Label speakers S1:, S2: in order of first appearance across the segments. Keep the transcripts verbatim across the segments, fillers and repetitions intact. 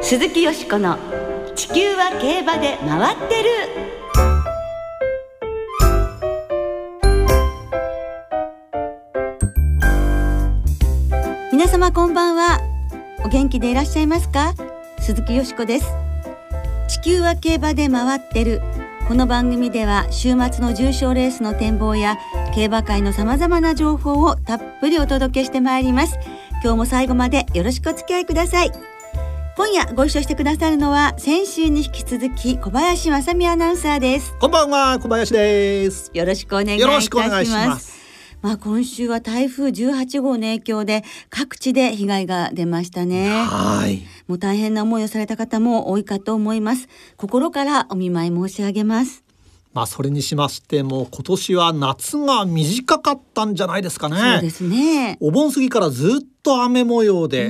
S1: 鈴木よしこの地球は競馬で回ってる。皆様こんばんは。お元気でいらっしゃいますか？鈴木よしこです。地球は競馬で回ってる。この番組では週末の重賞レースの展望や競馬界のさまざまな情報をたっぷりお届けしてまいります。今日も最後までよろしくお付き合いください。今夜ご一緒してくださるのは先週に引き続き小林正美アナウンサーです。
S2: こんばんは、小林です。
S1: よろしくお願いいたします。
S2: よろしくお願いします。
S1: まあ、今週は台風じゅうはちごうの影響で各地で被害が出ましたね。
S2: はい。
S1: もう大変な思いをされた方も多いかと思います。心からお見舞い申し上げます。
S2: まあ、それにしましても今年は夏が短かったんじゃないですかね。
S1: そうですね。
S2: お盆過ぎからずっと雨模様で、
S1: うん、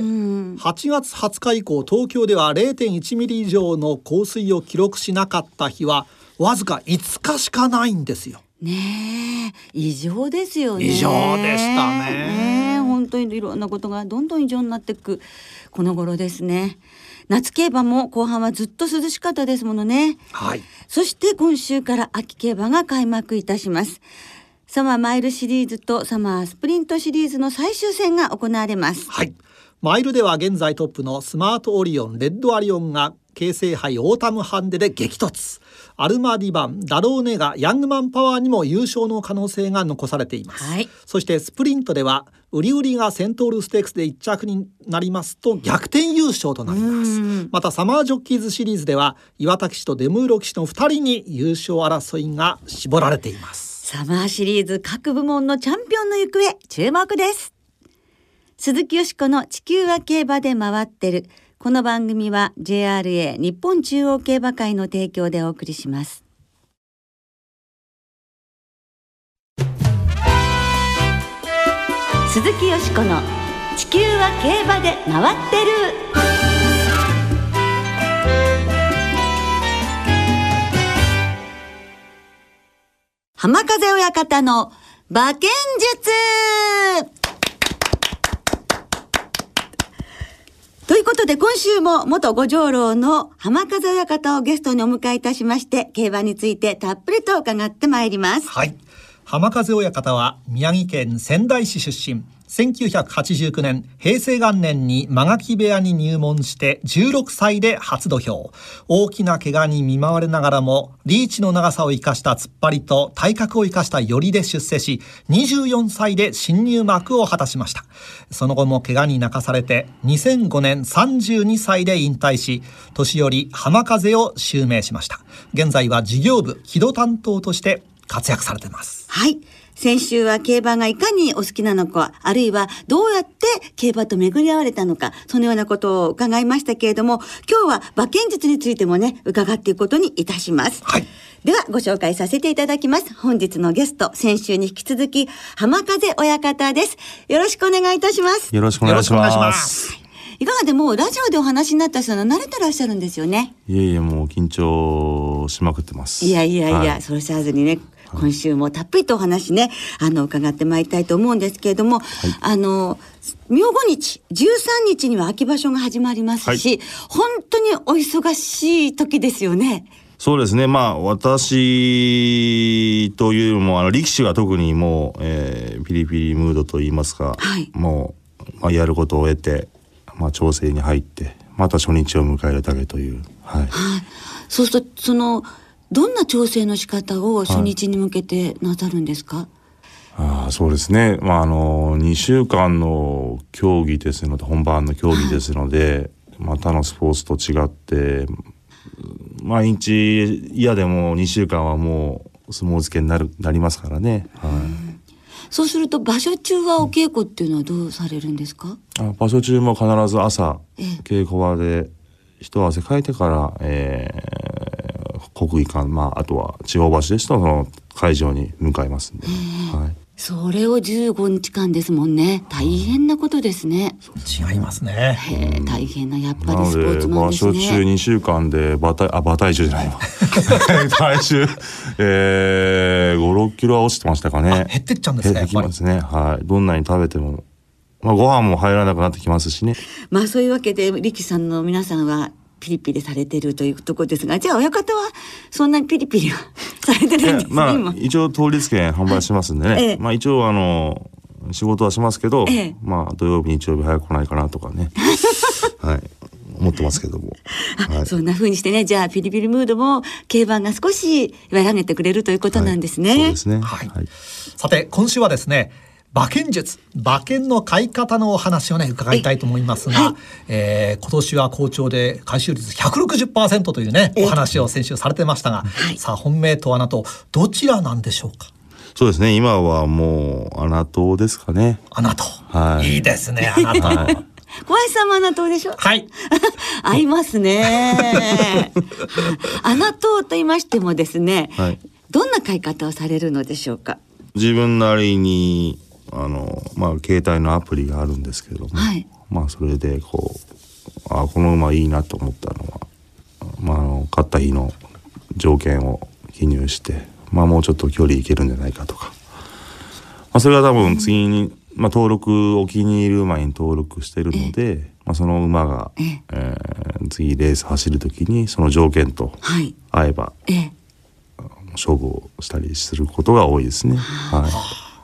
S2: はちがつはつか以降東京では れいてんいち ミリ以上の降水を記録しなかった日はわずかいつかしかないんですよ。
S1: ねえ、異常ですよね。
S2: 異常でしたね。
S1: ねえ、本当にいろんなことがどんどん異常になっていくこの頃ですね。夏競馬も後半はずっと涼しかったですものね。
S2: はい。
S1: そして今週から秋競馬が開幕いたします。サマーマイルシリーズとサマースプリントシリーズの最終戦が行われます。
S2: はい。マイルでは現在トップのスマートオリオン、レッドアリオンが京成杯オータムハンデで激突。アルマディバン、ダローネガ、ヤングマンパワーにも優勝の可能性が残されています。
S1: はい。
S2: そしてスプリントではウリウリがセントールステークスでいっ着になりますと逆転優勝となります。またサマージョッキーズシリーズでは岩田騎手とデムーロ騎手のふたりに優勝争いが絞られています。
S1: サマーシリーズ各部門のチャンピオンの行方注目です。鈴木よしこの地球は競馬で回ってる。この番組は ジェイアールエー 日本中央競馬会の提供でお送りします。鈴木よしこの地球は競馬で回ってる。浜風親方の馬券術ということで今週も元五条老の浜風親方をゲストにお迎えいたしまして競馬についてたっぷりと伺ってまいります。
S2: はい。浜風親方は宮城県仙台市出身。せんきゅうひゃくはちじゅうきゅうねん平成元年に間垣部屋に入門してじゅうろくさいで初土俵。大きな怪我に見舞われながらもリーチの長さを生かした突っ張りと体格を生かした寄りで出世しにじゅうよんさいで新入幕を果たしました。その後も怪我に泣かされてにせんごねんさんじゅうにさいで引退し年寄り浜風を襲名しました。現在は事業部木戸担当として活躍されています。
S1: はい。先週は競馬がいかにお好きなのか、あるいはどうやって競馬と巡り合われたのか、そのようなことを伺いましたけれども、今日は馬券術についてもね、伺っていくことにいたします。
S2: はい。
S1: ではご紹介させていただきます。本日のゲスト、先週に引き続き浜風親方です。よろしくお願いいたします。
S3: よろしくお願いします。
S1: いかがでもラジオでお話になった人は慣れてらっしゃるんですよね。
S3: いえいえ、もう緊張しまくってます。
S1: いやいやいや、
S3: はい、
S1: そうせずにね、今週もたっぷりとお話ね、あの伺ってまいりたいと思うんですけれども、はい、あの明後日じゅうさんにちには秋場所が始まりますし、はい、本当にお忙しい時ですよね。
S3: そうですね。まあ私というよりもあの力士が特にもう、えー、ピリピリムードといいますか、はい、もう、まあ、やることを終えて、まあ、調整に入ってまた初日を迎えるだけという、はいはい、
S1: そうするとそのどんな調整の仕方を初日に向けてなさるんですか？はい、
S3: ああ、そうですね。まああのにしゅうかんの競技ですので、本番の競技ですので、はい、またのスポーツと違って毎日嫌でもにしゅうかんはもう相撲漬けになるなりますからね。はい、
S1: そうすると場所中はお稽古っていうのはどうされるんですか？
S3: あ、場所中も必ず朝稽古場で一汗かいてから、えー、国技館、まあ、あとは地方場所ですとその会場に向かいますんで、はい、
S1: それをじゅうごにちかんですもんね。大変なことですね。
S2: 違いますね。
S1: へ、大変なやっぱりスポーツマンですね。
S3: 場所中にしゅうかんで馬体あ馬体重じゃないわ体重、えー、ごろっキロは落ちてましたかね。
S2: 減ってっちゃうんですね。
S3: 減ってきますね。はい、どんなに食べても、まあ、ご飯も入らなくなってきますしね。
S1: まあそういうわけで力士さんの皆さんはピリピリされてるというところですが、じゃあ親方はそんなにピリピリはされてないんですね。
S3: まあ
S1: 今
S3: 一応当日券販売しますんでね、
S1: ええ、
S3: まあ一応あの仕事はしますけど、
S1: ええ、
S3: まあ土曜日日曜日早く来ないかなとかねはい思ってますけども、
S1: はい、そんな風にしてね、じゃあピリピリムードも競馬が少し和らげてくれるということなんですね。
S3: はい、そうですね、
S2: はいはい、さて今週はですね、馬券術、馬券の買い方のお話をね伺いたいと思いますが、はい、えー、今年は好調で回収率 ひゃくろくじゅっパーセント というねお話を先週されてましたが、はい、さあ本命と穴とどちらなんでしょうか。
S3: そうですね、今はもう穴党ですかね。
S2: 穴党、はい、いいですね穴党、はい、
S1: 小林さんも穴党でしょ。
S2: はい
S1: 合いますね穴党と言いましてもですね、はい、どんな買い方をされるのでしょうか。
S3: 自分なりにあの、まあ、携帯のアプリがあるんですけれども、はい、まあそれでこうあこの馬いいなと思ったのは、まあ、あの買った日の条件を記入して、まあ、もうちょっと距離いけるんじゃないかとか、まあ、それは多分次に、うん、まあ、登録お気に入り馬に登録してるので、まあ、その馬が、ええー、次レース走る時にその条件と合えば、はい、え勝負をしたりすることが多いですね。はい、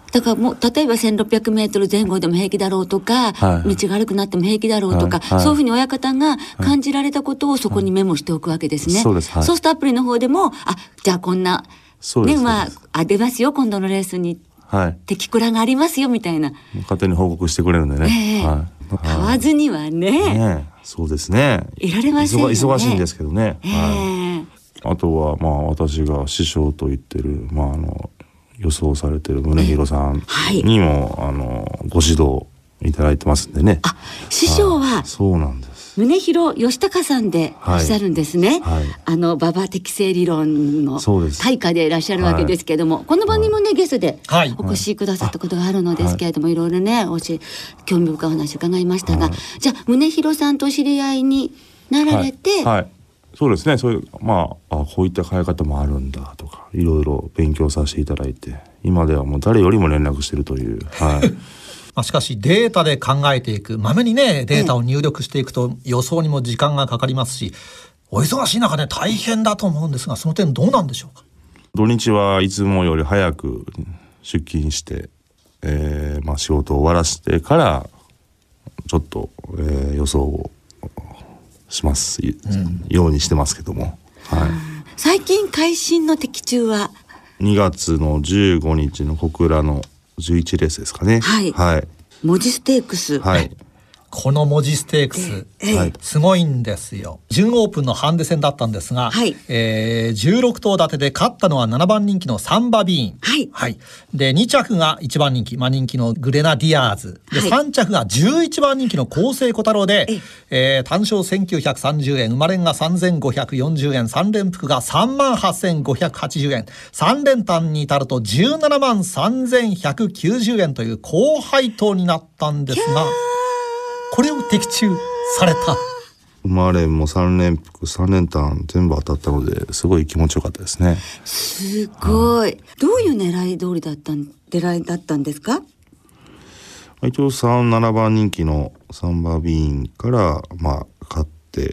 S1: だからもう例えばせんろっぴゃくメートル前後でも平気だろうとか、はい、道が悪くなっても平気だろうとか、はいはい、そういうふうに親方が感じられたことをそこにメモしておくわけですね。はい、そうです、はい、そうするとアプリの方でもあじゃあこんなねまあ出ますよ今度のレースに、はい、敵クラがありますよみたいな
S3: 勝手に報告してくれるんでね、えーはい、
S1: 買わずには ね,
S3: ねそうですね
S1: いられませんよね。
S3: 忙しいんですけどね、
S1: えー
S3: はい、あとはまあ私が師匠と言ってる、まあ、あの予想されてる宗弘さんにも、はい、あのご指導いただいてますんでね。
S1: あ、師匠は
S3: そうなんです。
S1: 宗弘義孝さんでいらっしゃるんですね。はいはい、あの馬場適正理論の大家でいらっしゃるわけですけれども、はい、この番組もねゲストでお越しくださったことがあるのですけれども、はい、いろいろねおし興味深いお話伺いましたが、はい、じゃあ宗弘さんとお知り合いになられて、
S3: はいはい、そうですね、そういうまあ、あこういった変え方もあるんだとかいろいろ勉強させていただいて、今ではもう誰よりも連絡してるという、はい
S2: まあしかしデータで考えていく、まめにねデータを入力していくと予想にも時間がかかりますし、お忙しい中で大変だと思うんですが、その点どうなんでしょうか。
S3: 土日はいつもより早く出勤して、えーまあ、仕事を終わらせてからちょっと、えー、予想をします、うん、ようにしてますけども、はい、
S1: 最近会心の的中は
S3: にがつのじゅうごにちの小倉のじゅういちレースですかね。
S1: はい、はい、文字ステークス、
S3: はい、
S2: この文字ステークス、えーえー、すごいんですよ。準オープンのハンデ戦だったんですが、はい、えー、じゅうろくとう立てで勝ったのはななばん人気のサンバビーン、はいはい、でにちゃくがいちばん人気、まあ、人気のグレナディアーズで、はい、さんちゃくがじゅういちばん人気の厚生小太郎で、えー、単勝せんきゅうひゃくさんじゅうえん、生まれんがさんぜんごひゃくよんじゅうえん、さん連複がさんまんはっせんごひゃくはちじゅうえん、さん連単に至るとじゅうななまんさんぜんひゃくきゅうじゅうえんという高配当になったんですが、これを的中された。
S3: 生まれもさん連複さん連単全部当たったのですごい気持ちよかったですね。
S1: すごい、うん、どういう狙い通りだったん狙いだったんですか。
S3: 一応さん、ななばん人気のサンバビーンからまあ勝って、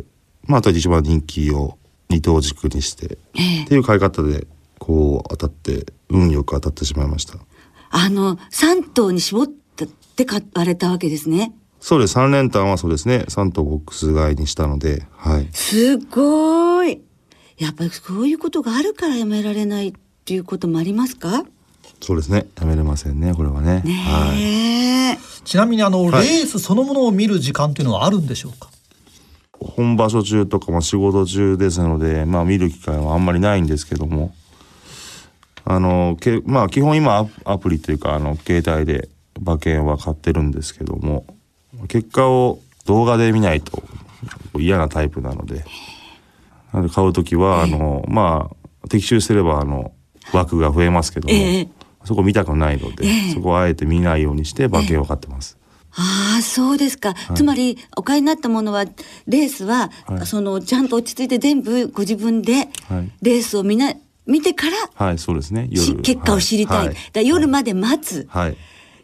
S3: まあ、あといちばん人気をに等軸にして、えー、っていう買い方でこう当たって運よく当たってしまいました。
S1: あのさん頭に絞って買われたわけですね。
S3: そうです、さん連単はそうですね、さん頭ボックス買いにしたので、はい、
S1: すごい。やっぱりそういうことがあるからやめられないっていうこともありますか。
S3: そうですね、やめれませんね、これはね。
S1: ね、
S2: はい、ちなみにあの、はい、レースそのものを見る時間っていうのはあるんでしょうか。
S3: 本場所中とか、まあ、仕事中ですので、まあ、見る機会はあんまりないんですけども、あのけ、まあ、基本今アプリというかあの携帯で馬券は買ってるんですけども、結果を動画で見ないと嫌なタイプなので、なので買うときはあの、まあ、的中すればあの枠が増えますけども、えー、そこ見たくないので、えー、そこをあえて見ないようにして馬券を買ってます。
S1: えー、ああ、そうですか。はい、つまりお買いになったものはレースは、はい、そのちゃんと落ち着いて全部ご自分でレースを見な見てから、
S3: はい、そうですね、夜
S1: 結果を知りたい、はい、だ夜まで待つ、はい、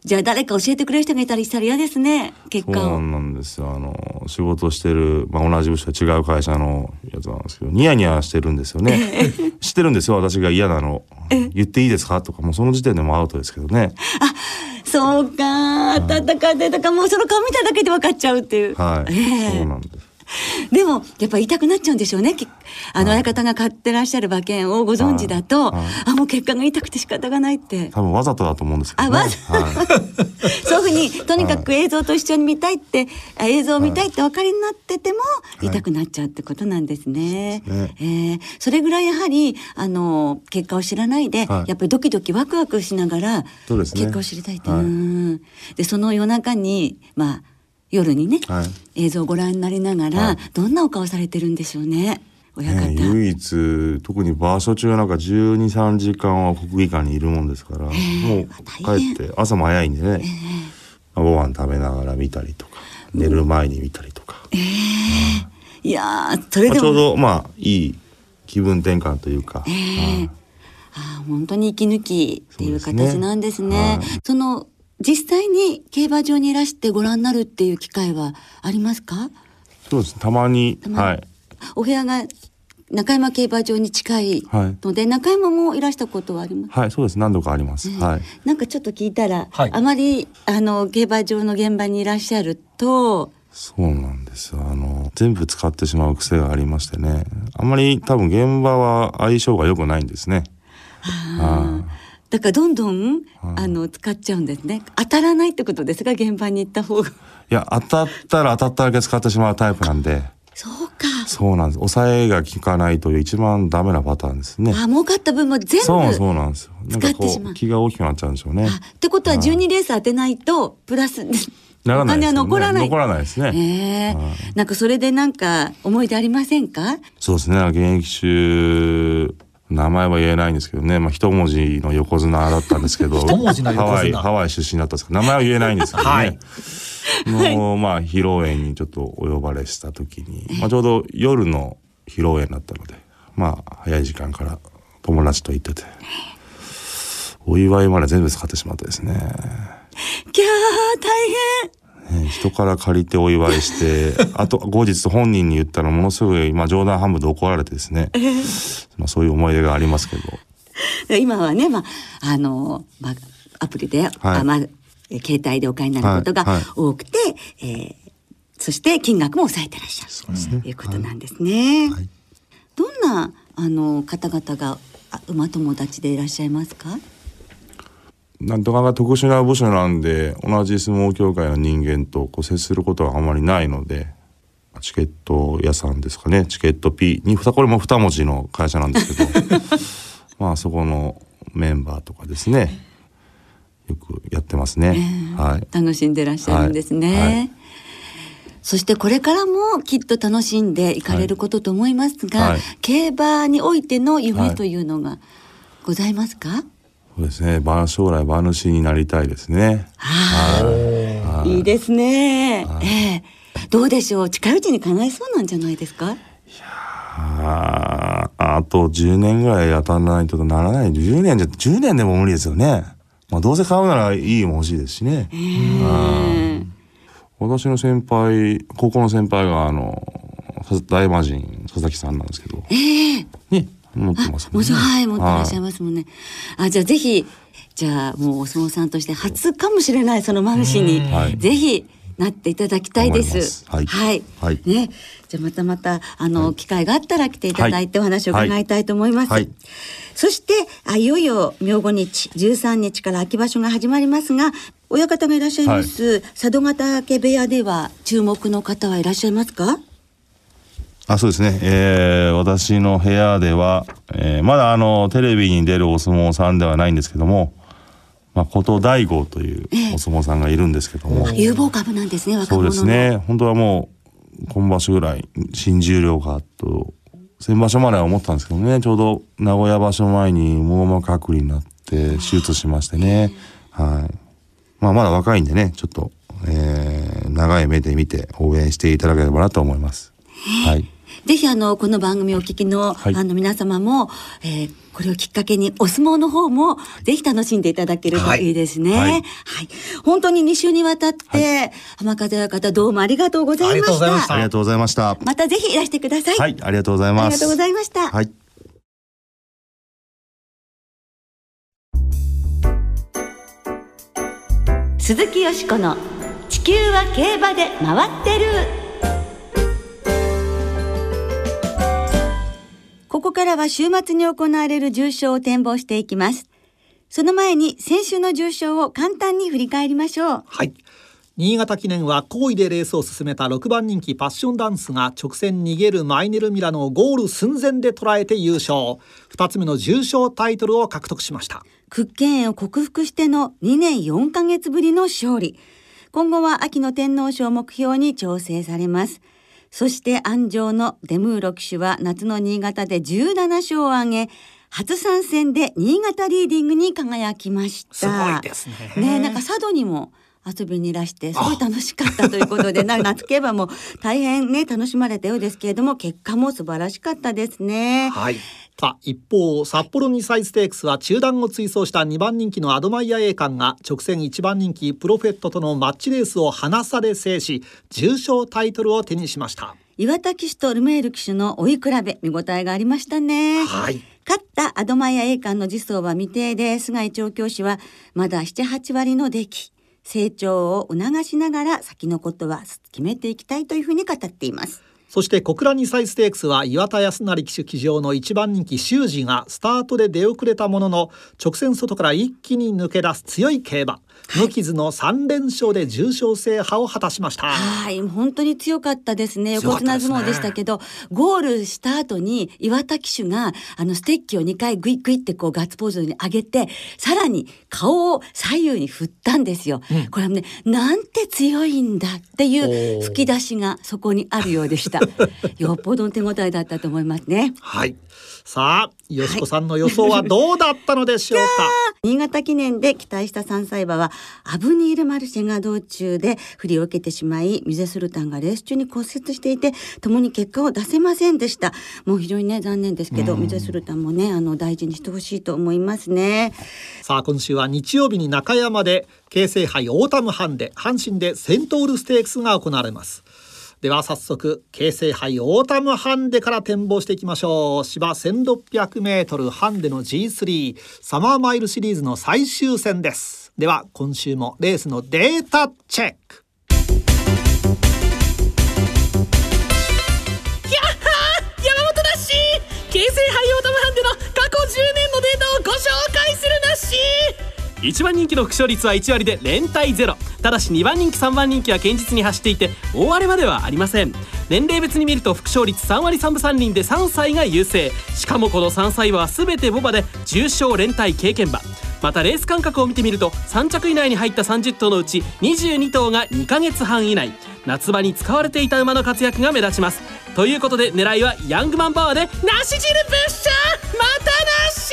S1: じゃあ誰か教えてくれる人がいたりしたら嫌ですね、結果を。
S3: そうなんですよ。あの仕事してる、まあ、同じ部署で違う会社のやつなんですけど、ニヤニヤしてるんですよね。知ってるんですよ、私が嫌なの。言っていいですかとか、もうその時点でもアウトですけどね。
S1: あ、そうか、戦ってとか、もうその顔見ただけで分かっちゃうっていう。
S3: はい、
S1: えー
S3: そうなんです。
S1: でもやっぱ言いたくなっちゃうんでしょうね。あの相方が買ってらっしゃる馬券をご存知だと、
S3: はいはい、
S1: あ、もう結果が言いたくて仕方がないって。
S3: 多分わざとだと思うんですけどね。
S1: あ、わざ、はい、そういうふうにとにかく映像と一緒に見たいって、はい、映像を見たいってお分かりになってても、はい、言いたくなっちゃうってことなんですね。はい、えー、それぐらいやはりあの結果を知らないで、はい、やっぱりドキドキワクワクしながら、そうですね、結果を知りたいって、はい、うん、でその夜中にまあ夜にね、はい、映像をご覧になりながら、はい、どんなお顔されてるんでしょうね、親方。
S3: ね、唯一特に場所中なんかじゅうに、さんじかんは国技館にいるもんですから、もう帰って朝も早いんでね、えー、ご飯食べながら見たりとか、寝る前に見たりとか、
S1: えーうん、いやーそれでも、まあ、
S3: ちょうどまあいい気分転換というか、え
S1: ー、あ、本当に息抜きっていう形なんですね。そ, その実際に競馬場にいらしてご覧になるっていう機会はありますか？
S3: そうです、たまに、
S1: たまに、はい、お部屋が中山競馬場に近いので、はい、中山もいらしたことはありますか？
S3: はい、そうです、何度かあります、えーはい、
S1: なんかちょっと聞いたら、はい、あまりあの競馬場の現場にいらっしゃると、
S3: そうなんですよ、あの全部使ってしまう癖がありましてね、あんまり多分現場は相性が良くないんですね。
S1: ああ、だからどんどんあの使っちゃうんですね。当たらないってことですが、現場に行った方が。い
S3: や、当たったら当たっただけ使ってしまうタイプなんで。
S1: そうか。
S3: そうなんです。抑えが効かないという一番ダメなパターンですね。
S1: あ、儲かった分も全部
S3: そうそうなんですよ。なんかこう
S1: 使ってしまう。
S3: 気が大きくなっちゃうんでしょうね。
S1: ってことはじゅうにレース当てないとプラス
S3: ならないですよね。
S1: お金は残らない。
S3: 残らないですね。
S1: えー、なんかそれでなんか思い出ありませんか？
S3: そうですね。現役中名前は言えないんですけどね、まあ、一文字の横綱だったんですけど
S2: 一文字の横綱、
S3: ハワイ、ハワイ出身だったんですけど、名前は言えないんですけどね、はい、もうまあ披露宴にちょっとお呼ばれした時に、まあ、ちょうど夜の披露宴だったので、まあ早い時間から友達と行ってて、お祝いまで全部使ってしまってですね。
S1: キャー大変、
S3: ね、人から借りてお祝いしてあと後日本人に言ったらものすごい、まあ、冗談半分で怒られてですね、えーまあ、そういう思い出がありますけど、
S1: 今はね、まああのまあ、アプリで、はい、あまあ、携帯でお買いになることが多くて、はいはい、えー、そして金額も抑えてらっしゃる、そうですね、ということなんですね、はい、どんなあの方々が馬友達でいらっしゃいますか？
S3: なんとかが特殊な部署なんで、同じ相撲協会の人間とこう接することはあまりないので、チケット屋さんですかね、チケット P にこれもに文字の会社なんですけどまあそこのメンバーとかですね、よくやってますね、えーはい、
S1: 楽しんでらっしゃるんですね、はいはい、そしてこれからもきっと楽しんでいかれることと思いますが、はいはい、競馬においての夢というのがございますか？はい、
S3: そうですね、将来馬主になりたいですね。
S1: はい、いいですね、えー、どうでしょう、近いうちに叶いそうなんじゃないですか？い
S3: やあとじゅうねんぐらい当たらないとならない。じゅうねんじゃじゅうねんでも無理ですよね。まあ、どうせ買うならいいも欲しいですしね、えー、私の先輩、高校の先輩があの大魔神佐々木さんなんですけど、
S1: えー、
S3: ね、持ってますもんね。
S1: はい、持ってらっしゃいますもんね。あ、じゃあぜひ、じゃあもうお相撲さんとして初かもしれないその馬主に、はい、ぜひなっていただきたいです。はい、はい、はい、ね、じゃあまたまたあの、はい、機会があったら来ていただいてお話を伺いたいと思います。はいはい、そしてあいよいよ明後日じゅうさんにちから秋場所が始まりますが、親方がいらっしゃいます、はい、佐渡ヶ嶽部屋では注目の方はいらっしゃいますか？
S3: あ、そうですね、えー、私の部屋では、えー、まだあのテレビに出るお相撲さんではないんですけども、まあ、琴大豪というお相撲さんがいるんですけども、
S1: えー、有望株なんですね、若者の。
S3: そうですね、本当はもう今場所ぐらい新十両がと先場所までは思ったんですけどね、ちょうど名古屋場所前に網膜剥離になって手術しましてね、はい、まあ、まだ若いんでね、ちょっと、えー、長い目で見て応援していただければなと思います。はい、
S1: ぜひあのこの番組をお聞きの、
S3: はい、
S1: あの皆様も、えー、これをきっかけにお相撲の方もぜひ楽しんでいただけるといいですね。はい、はいはい、本当にに週にわたって、はい、浜風親方どうもありがとうございました。
S3: ありがとうございました。
S1: またぜひいらしてください。
S3: はい、ありがとうございます。
S1: ありがとうございました。
S3: はい。
S1: 鈴木よしこの地球は競馬で回ってる。ここからは週末に行われる重賞を展望していきます。その前に先週の重賞を簡単に振り返りましょう。
S2: はい、新潟記念は好位でレースを進めたろくばん人気パッションダンスが直線逃げるマイネルミラノをゴール寸前で捉えて優勝、ふたつめの重賞タイトルを獲得しました。
S1: 屈腱炎を克服してのにねんよんかげつぶりの勝利。今後は秋の天皇賞を目標に調整されます。そして安城のデムーロ騎手は夏の新潟でじゅうななしょうを挙げ、初参戦で新潟リーディングに輝きました。
S2: すごいですね。
S1: ね、なんか佐渡にも遊びにいらしてすごい楽しかったということでな夏競馬も大変ね楽しまれたようですけれども、結果も素晴らしかったですね。
S2: はい。さあ一方、札幌にさいステークスは中段を追走したにばん人気のアドマイヤ栄冠が直線いちばん人気プロフェットとのマッチレースを離され制し、重賞タイトルを手にしました。
S1: 岩田騎手とルメール騎手の追い比べ、見応えがありましたね。
S2: はい。
S1: 勝ったアドマイヤ栄冠の次走は未定で、菅井調教師はまだななはちわりの出来、成長を促しながら先のことは決めていきたいというふうに語っています。
S2: そして小倉にさいステークスは岩田康成騎手騎乗のいちばん人気修二がスタートで出遅れたものの、直線外から一気に抜け出す強い競馬、無傷のさんれんしょうで重賞制覇を果たしました。
S1: はい、本当に強かったですね。横綱相撲でしたけど、ゴールした後に岩田騎手があのステッキをにかいグイグイってこうガッツポーズに上げて、さらに顔を左右に振ったんですよ、うん、これはね、なんて強いんだっていう吹き出しがそこにあるようでした。よっぽどの手応えだったと思いますね。
S2: はい。さあ、よしこさんの予想はどうだったのでしょうか。
S1: はい、新潟記念で期待したさんさい馬はアブニールマルシェが道中で振りを受けてしまい、ミゼスルタンがレース中に骨折していて共に結果を出せませんでした。もう非常にね残念ですけど、ミゼスルタンもねあの大事にしてほしいと思いますね。
S2: さあ今週は日曜日に中山で京成杯オータムハンデ、阪神でセントウルステークスが行われます。では早速京成杯オータムハンデから展望していきましょう。芝せんろっぴゃくメートルハンデの ジースリー サマーマイルシリーズの最終戦です。では今週もレースのデータチェック。
S4: やっはー、山本なし京成杯オータムハンデの過去じゅうねんのデータをご紹介するなし。いちばん人気の副勝率はいちわりで連帯ゼロ。ただしにばん人気さんばん人気は堅実に走っていて大荒れまではありません。年齢別に見ると副勝率さんわりさんぶさんりんでさんさいが優勢。しかもこのさんさい馬は全て牡馬で重賞連帯経験馬。またレース間隔を見てみるとさんちゃく以内に入ったさんじゅっとうのうちにじゅうにとうがにかげつはん以内。夏場に使われていた馬の活躍が目立ちます。ということで狙いはヤングマンパワーでなし汁ブッシャー、またなし。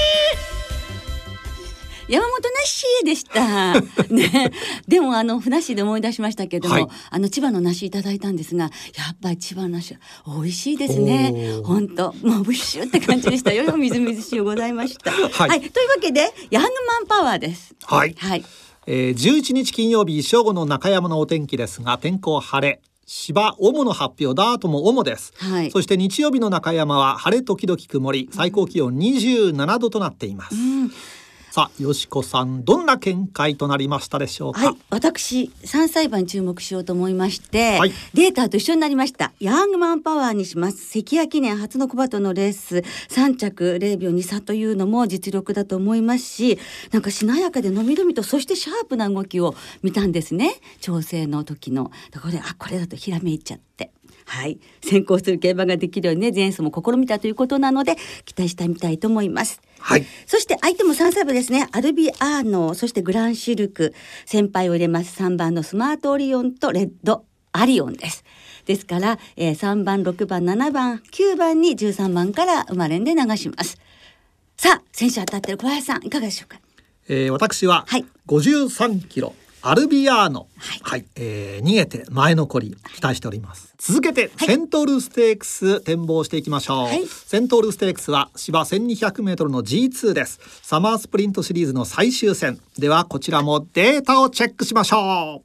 S1: 山本なしでした、ね、でもあのふなっしーで思い出しましたけども、はい、あの千葉の梨いただいたんですが、やっぱり千葉の梨は美味しいですね。本当もうブッシュって感じでしたよ。みずみずしゅうございました、はいはい、というわけでヤングマンパワーです。
S2: はい、はい、えー、じゅういちにち金曜日正午の中山のお天気ですが、天候晴れ、芝主の発表、ダートも主です、はい、そして日曜日の中山は晴れ時々曇り、最高気温にじゅうななどとなっています、うん。さあよしこさん、どんな見解となりましたでしょうか。
S1: はい、私さんさい馬に注目しようと思いまして、はい、データと一緒になりました。ヤングマンパワーにします。関谷記念初の小馬とのレースさんちゃくぜろびょうに差というのも実力だと思いますし、なんかしなやかでのびのびと、そしてシャープな動きを見たんですね、調整の時のところで。あ、これだとひらめいちゃって、はい、先行する競馬ができるようにね、前走も試みたということなので期待してみたいと思います。はい、そして相手もさんさい馬ですね。アルビアーノ、そしてグランシルク、先輩を入れますさんばんのスマートオリオンとレッドアリオンです。ですから、えー、さんばんろくばんななばんきゅうばんにじゅうさんばんから生まれんで流します。さあ先週当たってる小林さんいかがでしょうか。
S2: えー、私はごじゅうさんキロアルビアーノ、
S1: はい
S2: はい、えー、逃げて前残り期待しております。続けて、はい、セントルステークス展望していきましょう、はい、セントルステークスは芝 せんにひゃくメートル の ジーツー です。サマースプリントシリーズの最終戦では、こちらもデータをチェックしましょう。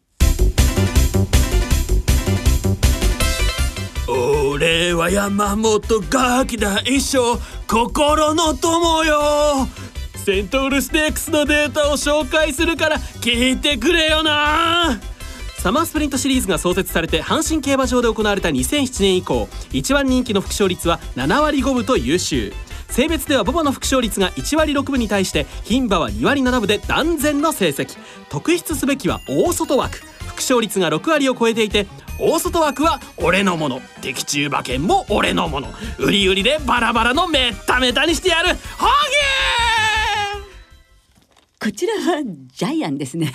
S4: 俺は山本ガキだ一生心の友よ。セントルステークスのデータを紹介するから聞いてくれよな。サマースプリントシリーズが創設されて阪神競馬場で行われたにせんななねん以降、いちばん人気の副勝率はななわりごぶと優秀。性別ではボバの副勝率がいちわりろくぶに対して牝馬はにわりななぶで断然の成績。特筆すべきは大外枠、副勝率がろくわりを超えていて、大外枠は俺のもの、的中馬券も俺のもの、売り売りでバラバラのメッタメタにしてやる。ホーギ
S1: ー、こちらはジャイアンですね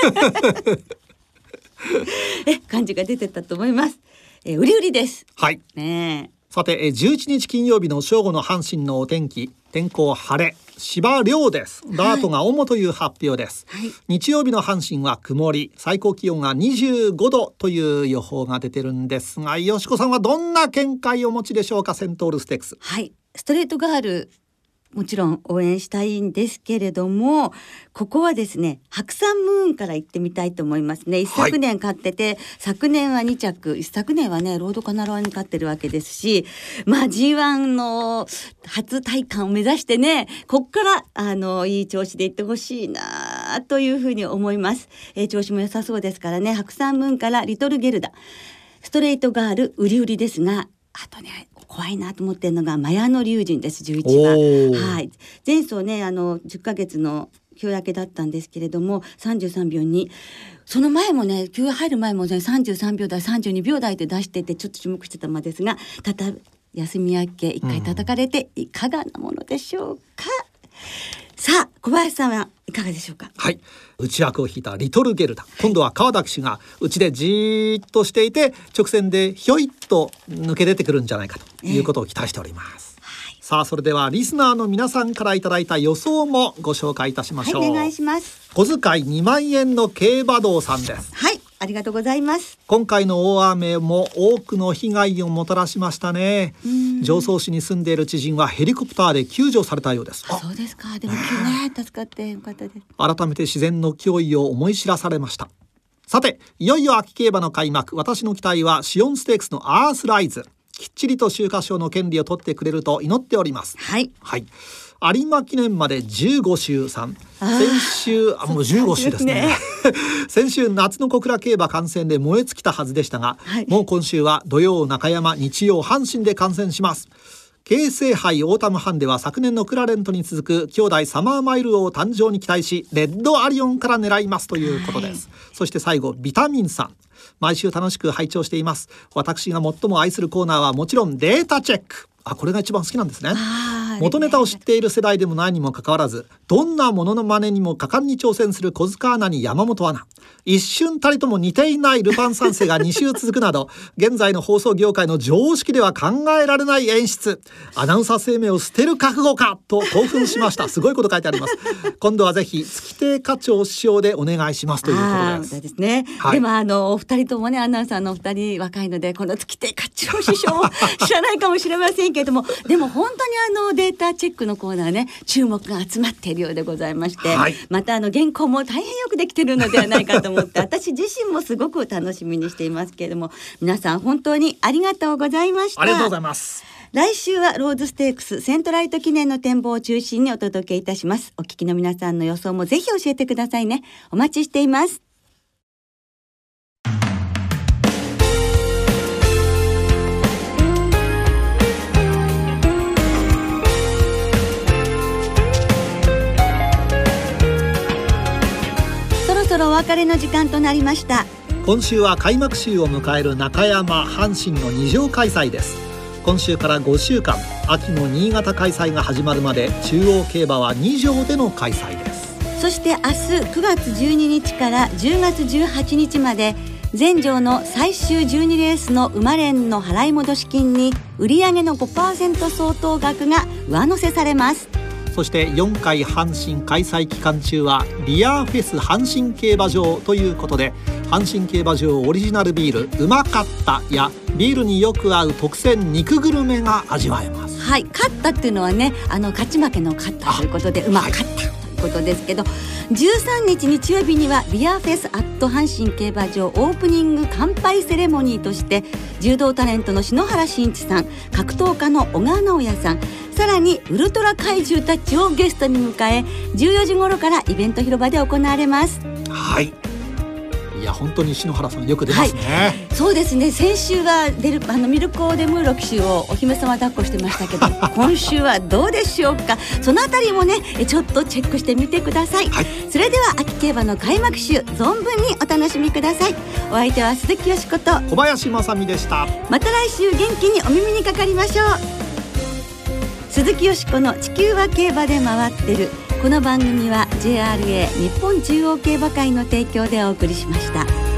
S1: え、感じが出てたと思います。え、売り売りです。
S2: はい
S1: ねえ。
S2: さて、じゅういちにち金曜日の正午の阪神のお天気、天候晴れ、芝涼です。ダートが主という発表です、はい、日曜日の阪神は曇り、最高気温がにじゅうごどという予報が出てるんですが、よしこさんはどんな見解をお持ちでしょうか。セントルステークス。
S1: はい、ストレートガールもちろん応援したいんですけれども、ここはですね、白山ムーンから行ってみたいと思いますね。一昨年勝ってて、はい、昨年はにちゃく、一昨年はねロードカナロアに勝ってるわけですし、まあ ジーワン の初体感を目指してね、こっからあのいい調子で行ってほしいなというふうに思います、えー、調子も良さそうですからね。白山ムーンからリトルゲルダ、ストレートガール売り売りですが、あとね怖いなと思ってるのがマヤノ龍神です。じゅういちばん、はい、前走ねあのじゅっかげつの休焼けだったんですけれどもさんじゅうさんびょうに、その前もね休養入る前もねさんじゅうさんびょうだいさんじゅうにびょうだいで出しててちょっと注目してたまですが、たた休み明けいっかい叩かれていかがなものでしょうか、うん、さあ小林さんはいかがでしょうか。
S2: はい、内枠を引いたリトルゲルダ、はい、今度は川田騎手が内でじーっとしていて直線でひょいっと抜け出てくるんじゃないかということを期待しております、えーはい、さあそれではリスナーの皆さんからいただいた予想もご紹介いたしましょう。
S1: はい、お願いします。
S2: 小遣いにまんえんの競馬道さんです。
S1: はい、ありがとうございます。
S2: 今回の大雨も多くの被害をもたらしましたね。常総市に住んでいる知人はヘリコプターで救助されたようです。
S1: あ、そうですか。でもね助かってよかったです。
S2: 改めて自然の脅威を思い知らされました。さていよいよ秋競馬の開幕、私の期待はシオンステークスのアースライズ、きっちりと秋華賞の権利を取ってくれると祈っております。
S1: はい、
S2: はい、有馬記念までじゅうごしゅうさん、先週あもうじゅうごしゅうですね先週夏の小倉競馬観戦で燃え尽きたはずでしたが、はい、もう今週は土曜中山、日曜阪神で観戦します。京成杯オータムハンデは昨年のクラレントに続く兄弟サマーマイル王誕生に期待し、レッドアリオンから狙いますということです、はい、そして最後ビタミンさん、毎週楽しく拝聴しています。私が最も愛するコーナーはもちろんデータチェック、あこれが一番好きなんですね。元ネタを知っている世代でもないにもかかわらず、どんなものの真似にも果敢に挑戦する小塚アナに山本アナ、一瞬たりとも似ていないルパン三世がに週続くなど現在の放送業界の常識では考えられない演出、アナウンサー生命を捨てる覚悟かと興奮しましたすごいこと書いてあります。今度はぜひ月亭課長師匠でお願いしますということです。
S1: ですね、はい、でもあのお二人ともねアナウンサーのお二人若いので、この月亭課長師匠も知らないかもしれませんけれどもでも本当にあのデータチェックのコーナーね注目が集まっているようでございまして、はい、またあの原稿も大変よくできているのではないかと思って私自身もすごく楽しみにしていますけれども、皆さん本当にありがとうございました。
S2: ありがとうございます。
S1: 来週はローズステークスセントライト記念の展望を中心にお届けいたします。お聞きの皆さんの予想もぜひ教えてくださいね。お待ちしています。そろそろお別れの時間となりました。
S2: 今週は開幕週を迎える中山阪神のに場開催です。今週からごしゅうかん、秋の新潟開催が始まるまで中央競馬はに場での開催です。
S1: そして明日くがつじゅうににちからじゅうがつじゅうはちにちまで全場の最終じゅうにレースの馬連の払い戻し金に売上の ごパーセント 相当額が上乗せされます。
S2: そしてよんかい阪神開催期間中はビアフェス阪神競馬場ということで、阪神競馬場オリジナルビールうまかったやビールによく合う特選肉グルメが味わえます。
S1: はい、勝ったっていうのはね、あの勝ち負けの勝ったということでうまかった、はい、ということですけど、じゅうさんにち日曜日にはビアフェスアット阪神競馬場オープニング乾杯セレモニーとして柔道タレントの篠原慎一さん、格闘家の小川直也さん、さらにウルトラ怪獣たちをゲストに迎えじゅうよじ頃からイベント広場で行われます。
S2: はい、いや本当に篠原さんよく出ますね、
S1: はい、そうですね。先週はデルあのミルクオーデムーロ騎手をお姫様抱っこしてましたけど今週はどうでしょうか。そのあたりもねちょっとチェックしてみてください、はい、それでは秋競馬の開幕週存分にお楽しみください。お相手は鈴木よしこと
S2: 小林正美でした。
S1: また来週元気にお耳にかかりましょう。鈴木よしこの地球は競馬で回ってる。この番組は ジェイアールエー 日本中央競馬会の提供でお送りしました。